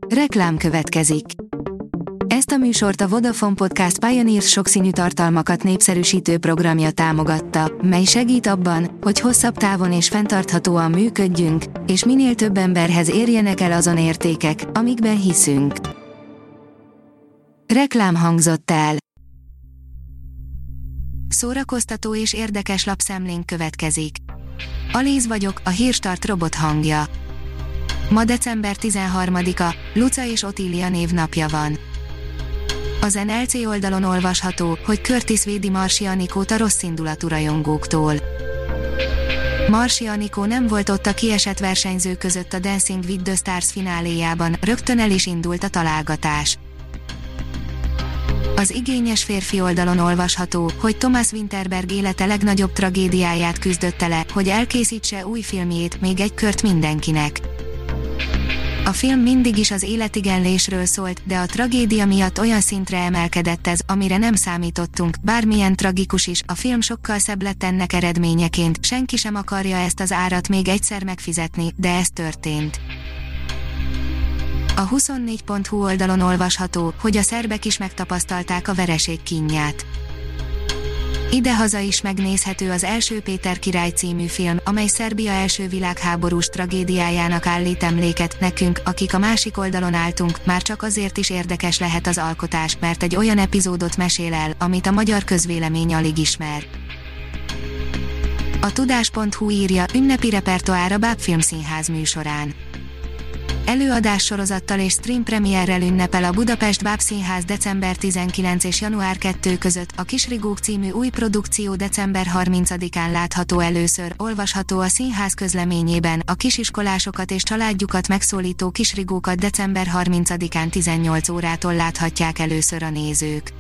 Reklám következik. Ezt a műsort a Vodafone Podcast Pioneers sokszínű tartalmakat népszerűsítő programja támogatta, mely segít abban, hogy hosszabb távon és fenntarthatóan működjünk, és minél több emberhez érjenek el azon értékek, amikben hiszünk. Reklám hangzott el. Szórakoztató és érdekes lapszemlénk következik. Alíz vagyok, a Hírstart robot hangja. Ma december 13-a, Luca és Otília névnapja van. Az NLC oldalon olvasható, hogy Curtis védi Marsi Anikót a rosszindulatú rajongóktól. Marsi Anikó nem volt ott a kiesett versenyzők között a Dancing with the Stars fináléjában, rögtön el is indult a találgatás. Az igényes férfi oldalon olvasható, hogy Thomas Winterberg élete legnagyobb tragédiáját küzdötte le, hogy elkészítse új filmjét, Még egy kört mindenkinek. A film mindig is az életigenlésről szólt, de a tragédia miatt olyan szintre emelkedett ez, amire nem számítottunk, bármilyen tragikus is, a film sokkal szebb lett ennek eredményeként, senki sem akarja ezt az árat még egyszer megfizetni, de ez történt. A 24.hu oldalon olvasható, hogy a szerbek is megtapasztalták a vereség kínját. Idehaza is megnézhető az Első Péter király című film, amely Szerbia első világháborús tragédiájának állít emléket, nekünk, akik a másik oldalon álltunk, már csak azért is érdekes lehet az alkotás, mert egy olyan epizódot mesél el, amit a magyar közvélemény alig ismer. A tudás.hu írja, ünnepi repertoár a Bábfilm Színház műsorán. Előadássorozattal és stream premierrel ünnepel a Budapest Bábszínház december 19 és január 2 között, a Kisrigók című új produkció december 30-án látható először, olvasható a színház közleményében, a kisiskolásokat és családjukat megszólító Kisrigókat december 30-án 18 órától láthatják először a nézők.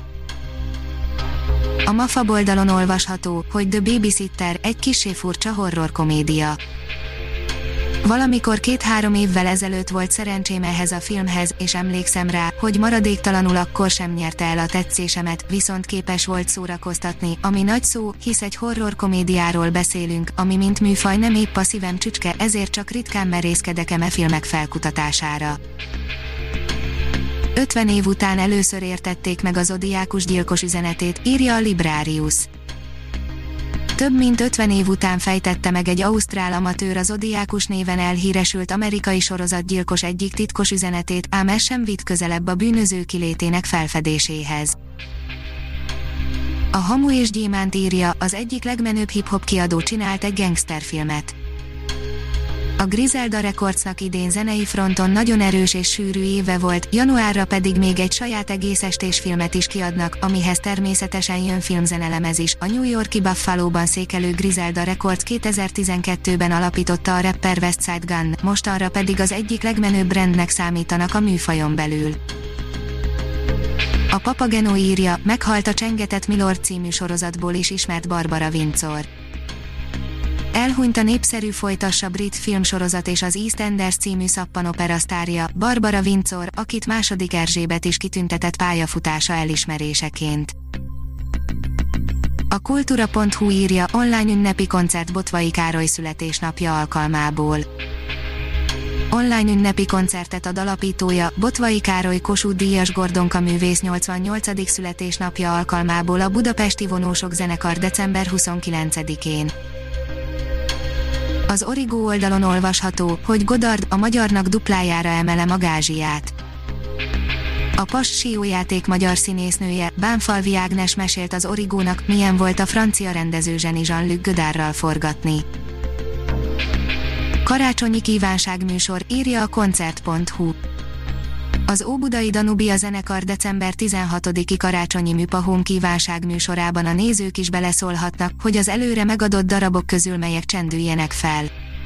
A Mafab oldalon olvasható, hogy The Babysitter, egy kissé furcsa horror komédia. Valamikor 2-3 évvel ezelőtt volt szerencsém ehhez a filmhez, és emlékszem rá, hogy maradéktalanul akkor sem nyerte el a tetszésemet, viszont képes volt szórakoztatni, ami nagy szó, hisz egy horror komédiáról beszélünk, ami mint műfaj nem épp a szívem csücske, ezért csak ritkán merészkedek eme filmek felkutatására. 50 év után először értették meg a Zodiákus gyilkos üzenetét, írja a Librarius. Több mint 50 év után fejtette meg egy ausztrál amatőr a Zodiákus néven elhíresült amerikai sorozatgyilkos egyik titkos üzenetét, ám ez sem vitt közelebb a bűnöző kilétének felfedéséhez. A Hamu és Gyémánt írja, az egyik legmenőbb hip-hop kiadó csinált egy gangsterfilmet. A Griselda Recordsnak idén zenei fronton nagyon erős és sűrű éve volt, januárra pedig még egy saját egész estés filmet is kiadnak, amihez természetesen jön filmzenelemez is. A New York-i Buffalo-ban székelő Griselda Records 2012-ben alapította a rapper Westside Gunn, mostanra pedig az egyik legmenőbb brandnek számítanak a műfajon belül. A Papageno írja, meghalt a Csengetett Milord című sorozatból is ismert Barbara Windsor. Elhunyt a népszerű Folytassa brit filmsorozat és az EastEnders című szappanopera sztárja, Barbara Windsor, akit II. Erzsébet is kitüntetett pályafutása elismeréseként. A Kultúra.hu írja, online ünnepi koncert Botway Károly születésnapja alkalmából. Online ünnepi koncertet ad alapítója, Botway Károly Kossuth-díjas Gordonka művész 88. születésnapja alkalmából a Budapesti Vonósok zenekar december 29-én. Az Origo oldalon olvasható, hogy Godard a magyarnak duplájára emelem a gázsiját. A Pass Siójáték magyar színésznője, Bánfalvi Ágnes mesélt az Origónak, milyen volt a francia rendező zseni Jean-Luc Godardral forgatni. Karácsonyi kívánságműsor, írja a Koncert.hu. Az Óbudai Danubia zenekar december 16-i karácsonyi műpahóm kívánságműsorában a nézők is beleszólhatnak, hogy az előre megadott darabok közül melyek csendüljenek fel.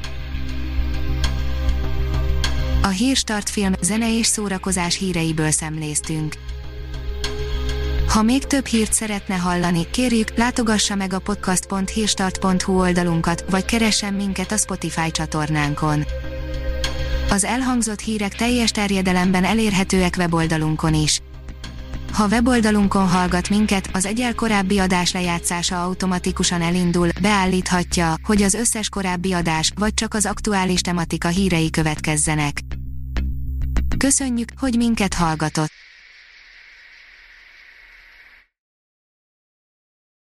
A Hírstart film, zene és szórakozás híreiből szemléztünk. Ha még több hírt szeretne hallani, kérjük, látogassa meg a podcast.hírstart.hu oldalunkat, vagy keressen minket a Spotify csatornánkon. Az elhangzott hírek teljes terjedelemben elérhetőek weboldalunkon is. Ha weboldalunkon hallgat minket, az egyel korábbi adás lejátszása automatikusan elindul, beállíthatja, hogy az összes korábbi adás, vagy csak az aktuális tematika hírei következzenek. Köszönjük, hogy minket hallgatott!